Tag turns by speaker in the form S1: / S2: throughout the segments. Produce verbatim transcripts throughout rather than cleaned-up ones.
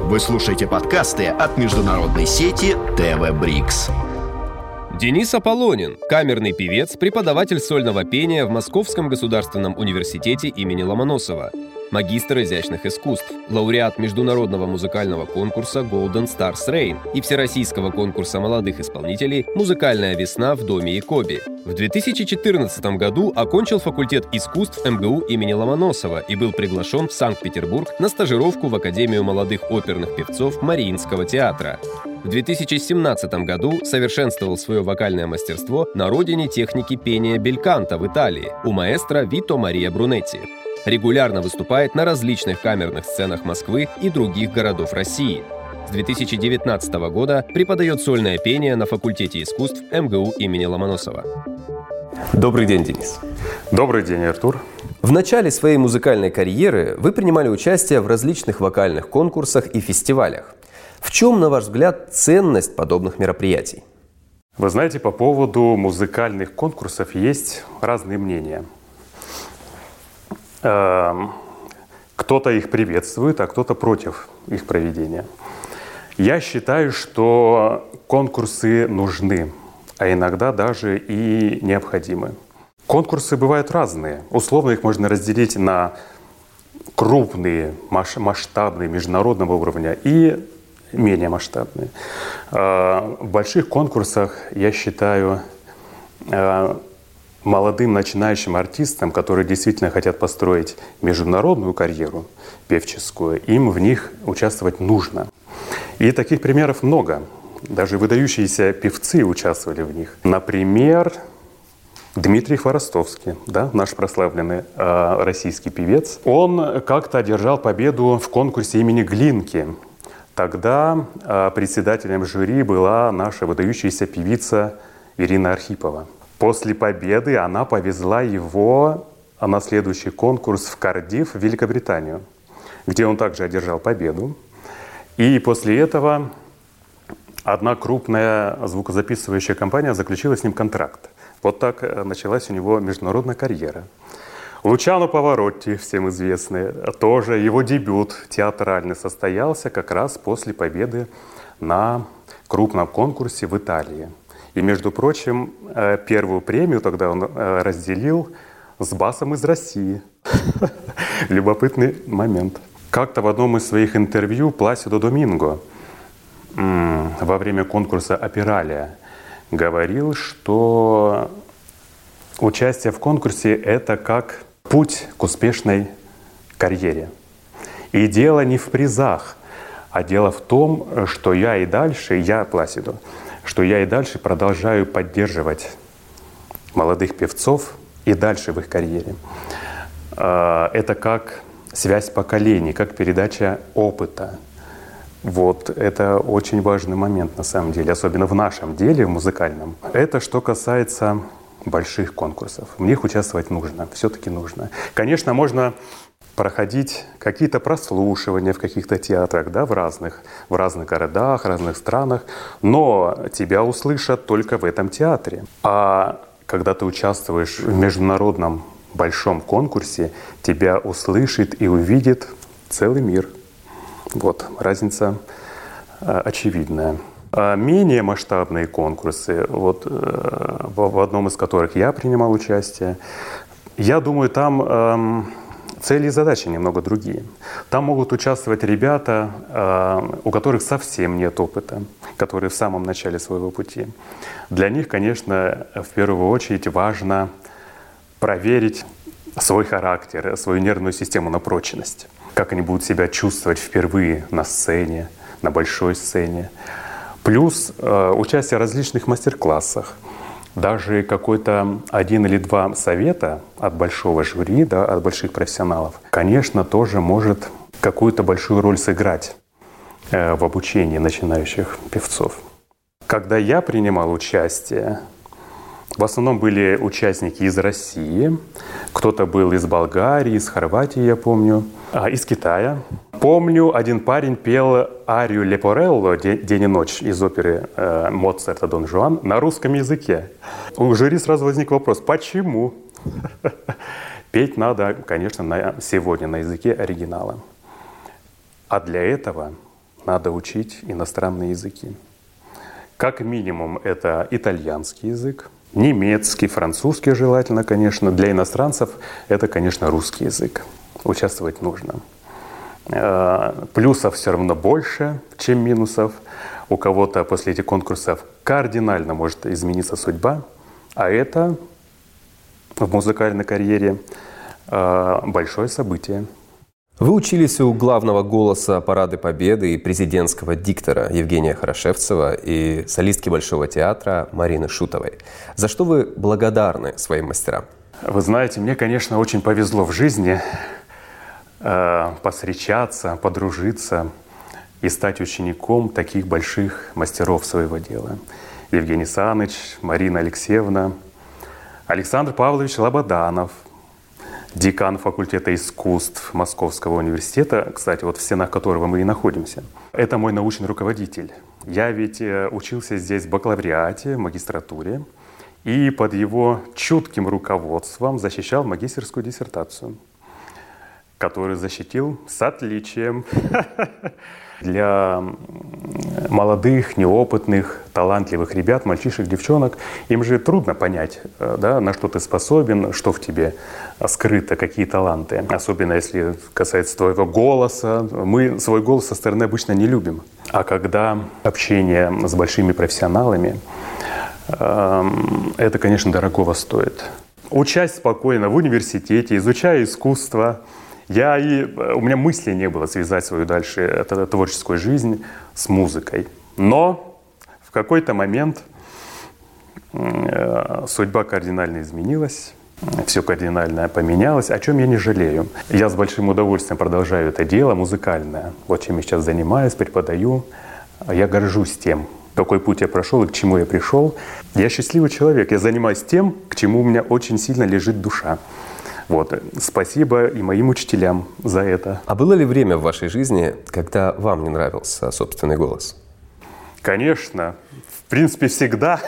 S1: Вы слушаете подкасты от международной сети тэ вэ Брикс.
S2: Денис Аполлонин – камерный певец, преподаватель сольного пения в Московском государственном университете имени Ломоносова, магистр изящных искусств, лауреат международного музыкального конкурса Golden Stars Reign и всероссийского конкурса молодых исполнителей «Музыкальная весна» в Доме Якоби. В две тысячи четырнадцатом году окончил факультет искусств эм гэ у имени Ломоносова и был приглашен в Санкт-Петербург на стажировку в Академию молодых оперных певцов Мариинского театра. В две тысячи семнадцатом году совершенствовал свое вокальное мастерство на родине техники пения бельканто в Италии у маэстро Вито Мария Брунетти. Регулярно выступает на различных камерных сценах Москвы и других городов России. С две тысячи девятнадцатого года преподает сольное пение на факультете искусств эм гэ у имени Ломоносова. Добрый день, Денис.
S3: Добрый день, Артур.
S2: В начале своей музыкальной карьеры вы принимали участие в различных вокальных конкурсах и фестивалях. В чем, на ваш взгляд, ценность подобных мероприятий?
S3: Вы знаете, по поводу музыкальных конкурсов есть разные мнения. Кто-то их приветствует, а кто-то против их проведения. Я считаю, что конкурсы нужны, а иногда даже и необходимы. Конкурсы бывают разные. Условно их можно разделить на крупные, масштабные, международного уровня и менее масштабные. В больших конкурсах, я считаю, молодым начинающим артистам, которые действительно хотят построить международную карьеру певческую, им в них участвовать нужно. И таких примеров много. Даже выдающиеся певцы участвовали в них. Например, Дмитрий Хворостовский, да, наш прославленный э, российский певец. Он как-то одержал победу в конкурсе имени Глинки. Тогда э, председателем жюри была наша выдающаяся певица Ирина Архипова. После победы она повезла его на следующий конкурс в Кардифф, в Великобританию, где он также одержал победу. И после этого одна крупная звукозаписывающая компания заключила с ним контракт. Вот так началась у него международная карьера. Лучано Паваротти, всем известный, тоже его дебют театральный состоялся как раз после победы на крупном конкурсе в Италии. И, между прочим, первую премию тогда он разделил с басом из России. Любопытный момент. Как-то в одном из своих интервью Пласидо Доминго во время конкурса «Опералия» говорил, что участие в конкурсе — это как путь к успешной карьере. И дело не в призах, а дело в том, что я и дальше, я, Пласидо, что я и дальше продолжаю поддерживать молодых певцов и дальше в их карьере. Это как связь поколений, как передача опыта. Вот, это очень важный момент на самом деле, особенно в нашем деле, в музыкальном. Это что касается больших конкурсов. В них участвовать нужно, все-таки нужно. Конечно, можно проходить какие-то прослушивания в каких-то театрах, да, в разных, в разных городах, разных странах, но тебя услышат только в этом театре. А когда ты участвуешь в международном большом конкурсе, тебя услышит и увидит целый мир. Вот, разница э, очевидная. А менее масштабные конкурсы, вот, э, в, в одном из которых я принимал участие, я думаю, там э, цели и задачи немного другие. Там могут участвовать ребята, э, у которых совсем нет опыта, которые в самом начале своего пути. Для них, конечно, в первую очередь важно проверить свой характер, свою нервную систему на прочность. Как они будут себя чувствовать впервые на сцене, на большой сцене. Плюс э, участие в различных мастер-классах. Даже какой-то один или два совета от большого жюри, да, от больших профессионалов, конечно, тоже может какую-то большую роль сыграть э, в обучении начинающих певцов. Когда я принимал участие, в основном были участники из России, кто-то был из Болгарии, из Хорватии, я помню, а, из Китая. Помню, один парень пел арию «Лепорелло» «День и ночь» из оперы э, Моцарта «Дон Жуан» на русском языке. У жюри сразу возник вопрос: почему? Петь надо, конечно, на, сегодня на языке оригинала. А для этого надо учить иностранные языки. Как минимум это итальянский язык, немецкий, французский желательно, конечно. Для иностранцев это, конечно, русский язык. Участвовать нужно. Плюсов все равно больше, чем минусов. У кого-то после этих конкурсов кардинально может измениться судьба, а это в музыкальной карьере большое событие.
S2: Вы учились у главного голоса Парады Победы и президентского диктора Евгения Хорошевцева и солистки Большого театра Марины Шутовой. За что вы благодарны своим мастерам?
S3: Вы знаете, мне, конечно, очень повезло в жизни э, посречаться, подружиться и стать учеником таких больших мастеров своего дела. Евгений Саныч, Марина Алексеевна, Александр Павлович Лободанов, декан факультета искусств Московского университета, кстати, вот в стенах которого мы и находимся. Это мой научный руководитель. Я ведь учился здесь в бакалавриате, в магистратуре, и под его чутким руководством защищал магистерскую диссертацию, которую защитил с отличием. Для молодых, неопытных, талантливых ребят, мальчишек, девчонок, им же трудно понять, да, на что ты способен, что в тебе скрыто, какие таланты. Особенно если касается твоего голоса. Мы свой голос со стороны обычно не любим. А когда общение с большими профессионалами, это, конечно, дорогого стоит. Учась спокойно в университете, изучая искусство, Я и, у меня мысли не было связать свою дальше творческую жизнь с музыкой. Но в какой-то момент э, судьба кардинально изменилась, все кардинально поменялось, о чем я не жалею. Я с большим удовольствием продолжаю это дело музыкальное. Вот чем я сейчас занимаюсь, преподаю. Я горжусь тем, какой путь я прошел и к чему я пришел. Я счастливый человек. Я занимаюсь тем, к чему у меня очень сильно лежит душа. Вот. Спасибо и моим учителям за это.
S2: А было ли время в вашей жизни, когда вам не нравился собственный голос?
S3: Конечно. В принципе, всегда.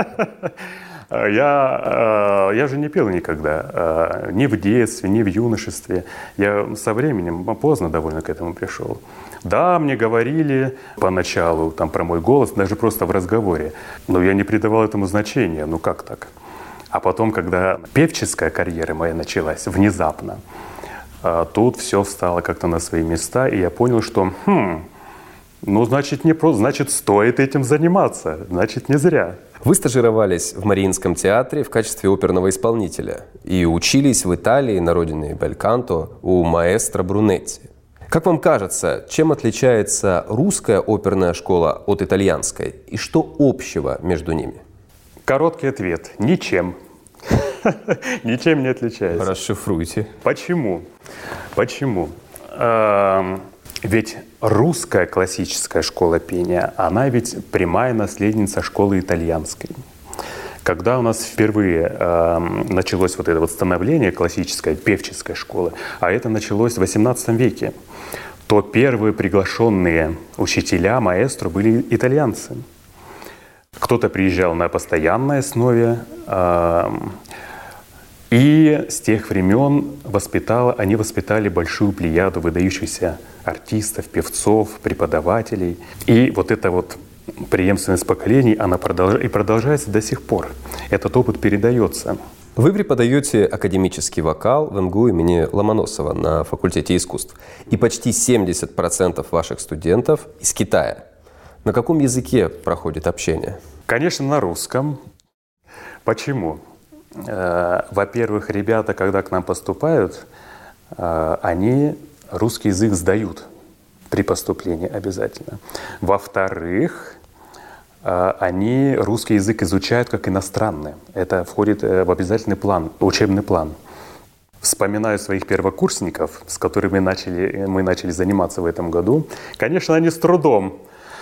S3: Я, я же не пел никогда. Ни в детстве, ни в юношестве. Я со временем поздно довольно к этому пришел. Да, мне говорили поначалу там, про мой голос, даже просто в разговоре. Но я не придавал этому значения. Ну как так? А потом, когда певческая карьера моя началась внезапно, тут все встало как-то на свои места, и я понял, что, хм, ну, значит, не просто, значит, стоит этим заниматься, значит, не зря.
S2: Вы стажировались в Мариинском театре в качестве оперного исполнителя и учились в Италии на родине бельканто у маэстро Брунетти. Как вам кажется, чем отличается русская оперная школа от итальянской, и что общего между ними?
S3: Короткий ответ – ничем. Ничем не отличается.
S2: Расшифруйте.
S3: Почему? Почему? Ведь русская классическая школа пения, она ведь прямая наследница школы итальянской. Когда у нас впервые э, началось вот это вот становление классической певческой школы, а это началось в восемнадцатом веке, то первые приглашенные учителя, маэстро были итальянцы. Кто-то приезжал на постоянной основе, э, и с тех времен воспитало, они воспитали большую плеяду выдающихся артистов, певцов, преподавателей. И вот эта вот преемственность поколений, она продолж... и продолжается до сих пор. Этот опыт передается.
S2: Вы преподаете академический вокал в эм гэ у имени Ломоносова на факультете искусств. И почти семьдесят процентов ваших студентов из Китая. На каком языке проходит общение?
S3: Конечно, на русском. Почему? Во-первых, ребята, когда к нам поступают, они русский язык сдают при поступлении обязательно. Во-вторых, они русский язык изучают как иностранный. Это входит в обязательный план, учебный план. Вспоминаю своих первокурсников, с которыми начали, мы начали заниматься в этом году. Конечно, они с трудом.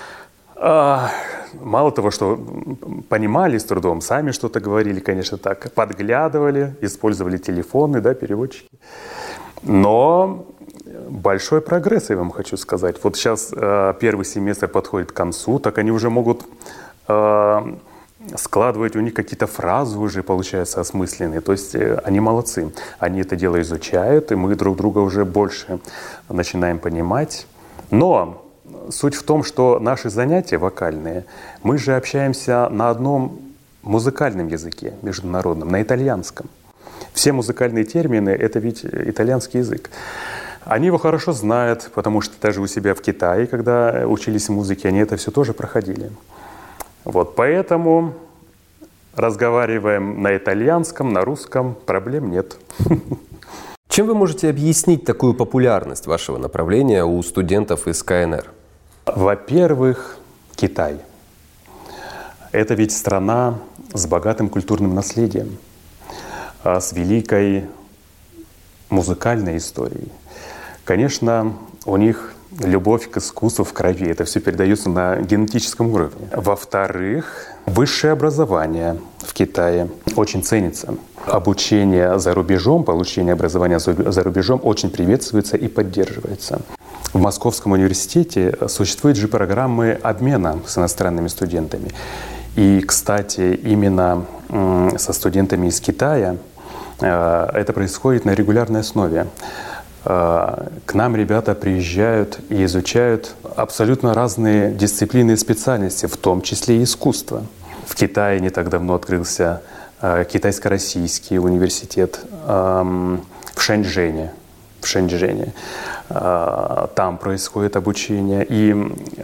S3: Мало того, что понимали с трудом, сами что-то говорили, конечно, так, подглядывали, использовали телефоны, да, переводчики. Но большой прогресс, я вам хочу сказать. Вот сейчас э, первый семестр подходит к концу, так они уже могут э, складывать, у них какие-то фразы уже получаются осмысленные. То есть э, они молодцы. Они это дело изучают, и мы друг друга уже больше начинаем понимать. Но суть в том, что наши занятия вокальные, мы же общаемся на одном музыкальном языке международном, на итальянском. Все музыкальные термины — это ведь итальянский язык. Они его хорошо знают, потому что даже у себя в Китае, когда учились музыке, они это все тоже проходили. Вот поэтому разговариваем на итальянском, на русском, проблем нет.
S2: Чем вы можете объяснить такую популярность вашего направления у студентов из ка эн эр?
S3: Во-первых, Китай. Это ведь страна с богатым культурным наследием, с великой музыкальной историей. Конечно, у них любовь к искусству в крови. Это все передается на генетическом уровне. Во-вторых, высшее образование в Китае очень ценится. Обучение за рубежом, получение образования за рубежом очень приветствуется и поддерживается. В Московском университете существуют же программы обмена с иностранными студентами. И, кстати, именно со студентами из Китая это происходит на регулярной основе. К нам ребята приезжают и изучают абсолютно разные дисциплины и специальности, в том числе и искусство. В Китае не так давно открылся Китайско-российский университет в Шэньчжэне. В Шэньчжэне. Там происходит обучение, и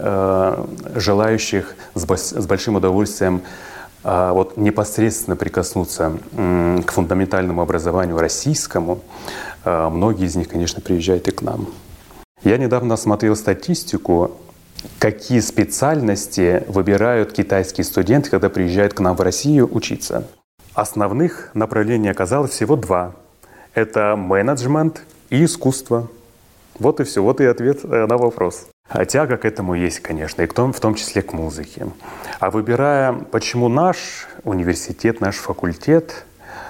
S3: желающих с большим удовольствием вот непосредственно прикоснуться к фундаментальному образованию российскому, многие из них, конечно, приезжают и к нам. Я недавно смотрел статистику, какие специальности выбирают китайские студенты, когда приезжают к нам в Россию учиться. Основных направлений оказалось всего два. Это менеджмент и искусство. Вот и все, вот и ответ на вопрос. А тяга к этому есть, конечно, и в том, в том числе к музыке. А выбирая, почему наш университет, наш факультет,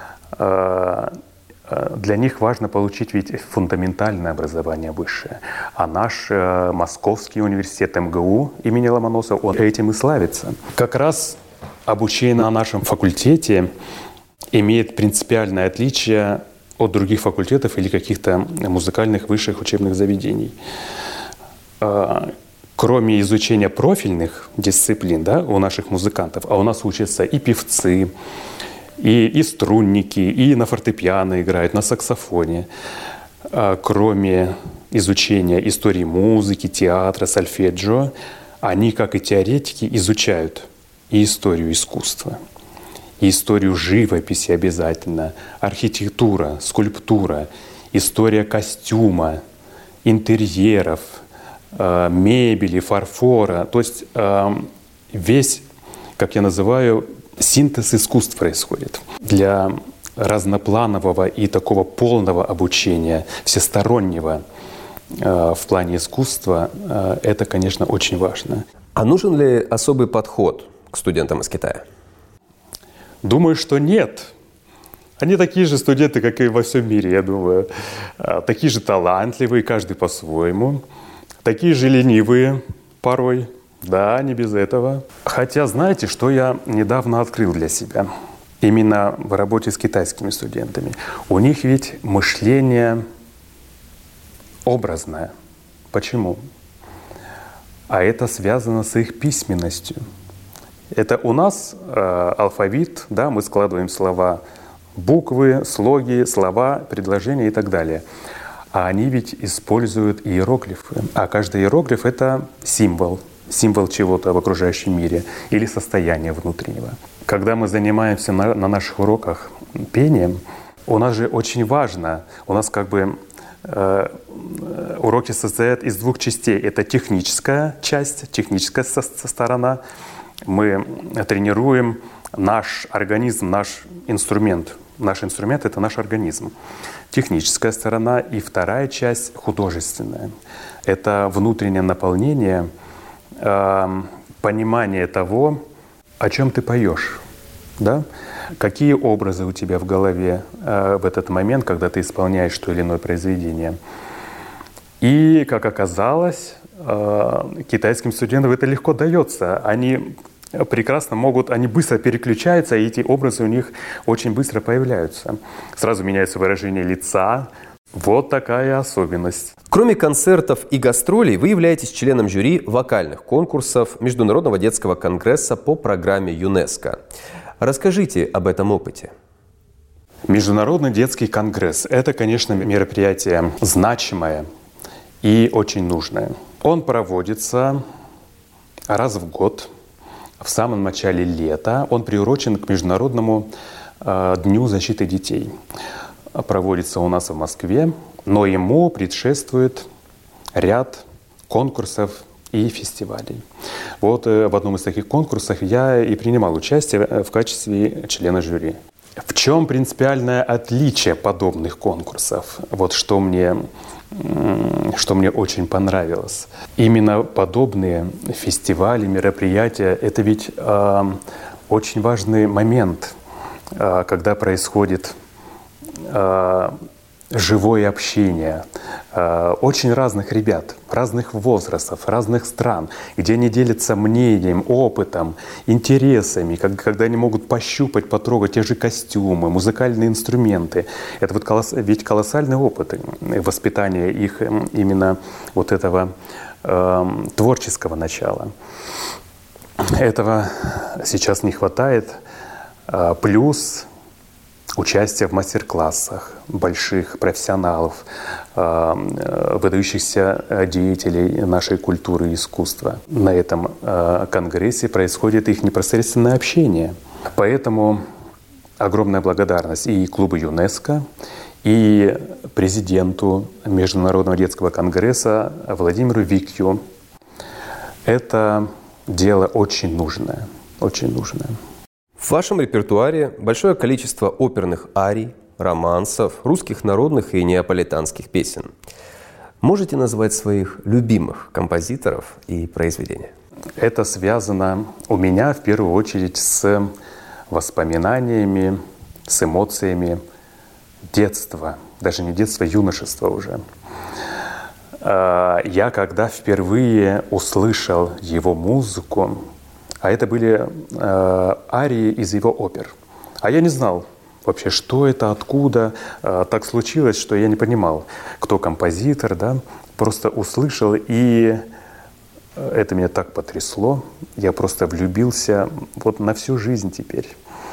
S3: для них важно получить ведь фундаментальное образование высшее. А наш Московский университет эм гэ у имени Ломоносова, он этим и славится. Как раз обучение на нашем факультете имеет принципиальное отличие от других факультетов или каких-то музыкальных высших учебных заведений. Кроме изучения профильных дисциплин, да, у наших музыкантов, а у нас учатся и певцы, и, и струнники, и на фортепиано играют, на саксофоне. Кроме изучения истории музыки, театра, сольфеджио, они, как и теоретики, изучают и историю искусства, и историю живописи обязательно, архитектура, скульптура, история костюма, интерьеров, мебели, фарфора. То есть весь, как я называю, синтез искусств происходит. Для разнопланового и такого полного обучения, всестороннего в плане искусства, это, конечно, очень важно.
S2: А нужен ли особый подход к студентам из Китая?
S3: Думаю, что нет. Они такие же студенты, как и во всем мире, я думаю. Такие же талантливые, каждый по-своему. Такие же ленивые порой. Да, не без этого. Хотя, знаете, что я недавно открыл для себя? Именно в работе с китайскими студентами. У них ведь мышление образное. Почему? А это связано с их письменностью. Это у нас э, алфавит, да, мы складываем слова, буквы, слоги, слова, предложения и так далее. А они ведь используют иероглифы. А каждый иероглиф — это символ. Символ чего-то в окружающем мире или состояния внутреннего. Когда мы занимаемся на, на наших уроках пением, у нас же очень важно, у нас как бы э, уроки состоят из двух частей. Это техническая часть, техническая со, со сторона. Мы тренируем наш организм, наш инструмент. Наш инструмент — это наш организм. Техническая сторона. И вторая часть — художественная. Это внутреннее наполнение, э, понимание того, о чем ты поешь. Да? Какие образы у тебя в голове э, в этот момент, когда ты исполняешь то или иное произведение. И, как оказалось, э, китайским студентам это легко дается. Они прекрасно могут, они быстро переключаются, и эти образы у них очень быстро появляются. Сразу меняется выражение лица, Вот такая особенность.
S2: Кроме концертов и гастролей, вы являетесь членом жюри вокальных конкурсов Международного детского конгресса по программе ЮНЕСКО. Расскажите об этом опыте.
S3: Международный детский конгресс – это, конечно, мероприятие значимое и очень нужное. Он проводится раз в год, в самом начале лета. Он приурочен к Международному э, дню защиты детей. Проводится у нас в Москве, но ему предшествует ряд конкурсов и фестивалей. Вот э, в одном из таких конкурсов я и принимал участие в качестве члена жюри. В чем принципиальное отличие подобных конкурсов? Вот что мне, что мне очень понравилось. Именно подобные фестивали, мероприятия – это ведь э, очень важный момент, э, когда происходит э, живое общение э, очень разных ребят, разных возрастов, разных стран, где они делятся мнением, опытом, интересами, как, когда они могут пощупать, потрогать те же костюмы, музыкальные инструменты. Это вот колосс, ведь колоссальный опыт воспитания их именно вот этого э, творческого начала. Этого сейчас не хватает. Э, плюс участие в мастер-классах больших профессионалов, выдающихся деятелей нашей культуры и искусства. На этом конгрессе происходит их непосредственное общение. Поэтому огромная благодарность и клубу ЮНЕСКО, и президенту Международного детского конгресса Владимиру Викью. Это дело очень нужное, очень нужное.
S2: В вашем репертуаре большое количество оперных арий, романсов, русских народных и неаполитанских песен. Можете назвать своих любимых композиторов и произведения?
S3: Это связано у меня в первую очередь с воспоминаниями, с эмоциями детства, даже не детства, юношества уже. Я когда впервые услышал его музыку, а это были э, арии из его опер. А я не знал вообще, что это, откуда. Э, так случилось, что я не понимал, кто композитор, да. Просто услышал, и это меня так потрясло. Я просто влюбился вот на всю жизнь теперь.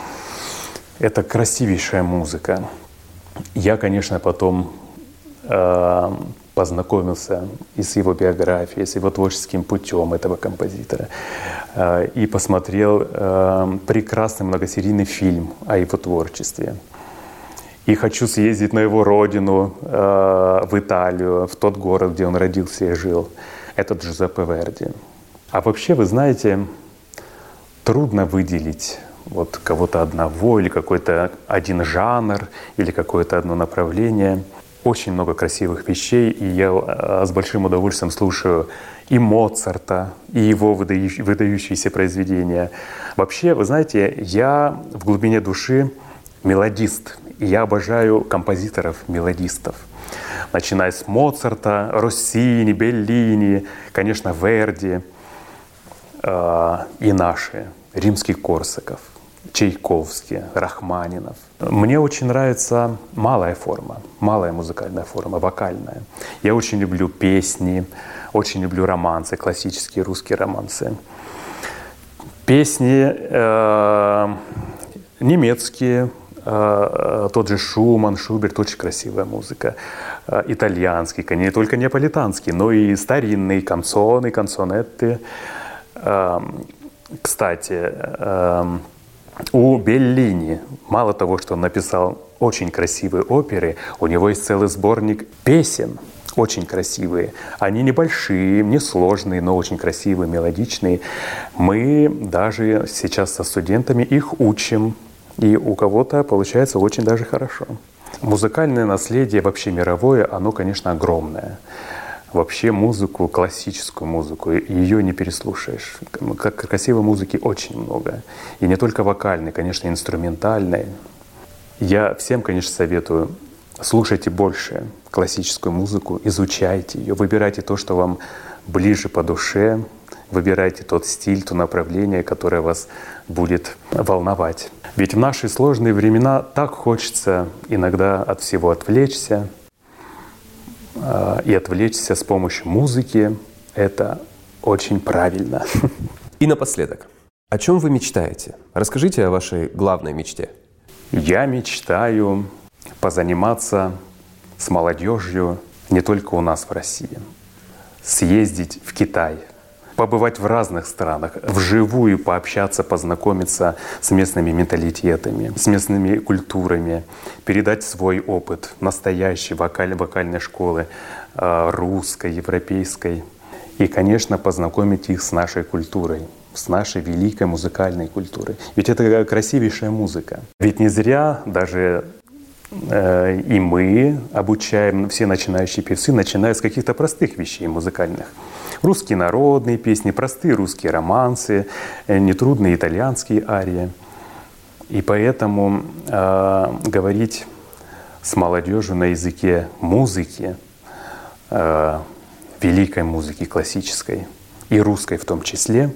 S3: Это красивейшая музыка. Я, конечно, потом э, познакомился и с его биографией, с его творческим путем этого композитора. И посмотрел прекрасный многосерийный фильм о его творчестве. И хочу съездить на его родину, в Италию, в тот город, где он родился и жил. Это Джузеппе Верди. А вообще, вы знаете, трудно выделить вот кого-то одного или какой-то один жанр, или какое-то одно направление. Очень много красивых вещей, и я с большим удовольствием слушаю и Моцарта, и его выдающиеся произведения. Вообще, вы знаете, я в глубине души мелодист, и я обожаю композиторов-мелодистов. Начиная с Моцарта, Россини, Беллини, конечно, Верди, э, и наши, Римский-Корсаков, Чайковский, Рахманинов. Мне очень нравится малая форма, малая музыкальная форма, вокальная. Я очень люблю песни, очень люблю романсы, классические русские романсы. Песни э, немецкие, э, тот же Шуман, Шуберт, очень красивая музыка. Э, итальянский, не только неаполитанский, но и старинные канцоны, канцонетты. Э, кстати, э, у Беллини, мало того, что он написал очень красивые оперы, у него есть целый сборник песен, очень красивые. Они небольшие, несложные, но очень красивые, мелодичные. Мы даже сейчас со студентами их учим, и у кого-то получается очень даже хорошо. Музыкальное наследие вообще мировое, оно, конечно, огромное. Вообще музыку, классическую музыку, ее не переслушаешь. Как красивой музыки очень много. И не только вокальной, конечно, инструментальной. Я всем, конечно, советую, слушайте больше классическую музыку, изучайте ее, выбирайте то, что вам ближе по душе, выбирайте тот стиль, то направление, которое вас будет волновать. Ведь в наши сложные времена так хочется иногда от всего отвлечься, и отвлечься с помощью музыки – это очень правильно.
S2: И напоследок, о чем вы мечтаете? Расскажите о вашей главной мечте.
S3: Я мечтаю позаниматься с молодежью не только у нас в России, съездить в Китай, побывать в разных странах, вживую пообщаться, познакомиться с местными менталитетами, с местными культурами, передать свой опыт настоящей вокаль, вокальной школы, русской, европейской. И, конечно, познакомить их с нашей культурой, с нашей великой музыкальной культурой. Ведь это красивейшая музыка. Ведь не зря даже э, и мы обучаем, все начинающие певцы начинают с каких-то простых вещей музыкальных. Русские народные песни, простые русские романсы, нетрудные итальянские арии. И поэтому э, говорить с молодежью на языке музыки, э, великой музыки, классической и русской в том числе,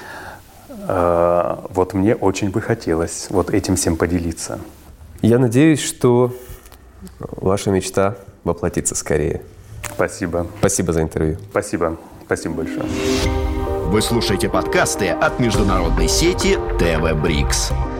S3: э, вот мне очень бы хотелось вот этим всем поделиться.
S2: Я надеюсь, что ваша мечта воплотится скорее.
S3: Спасибо.
S2: Спасибо за интервью.
S3: Спасибо. Спасибо большое.
S1: Вы слушаете подкасты от международной сети тэ вэ Брикс.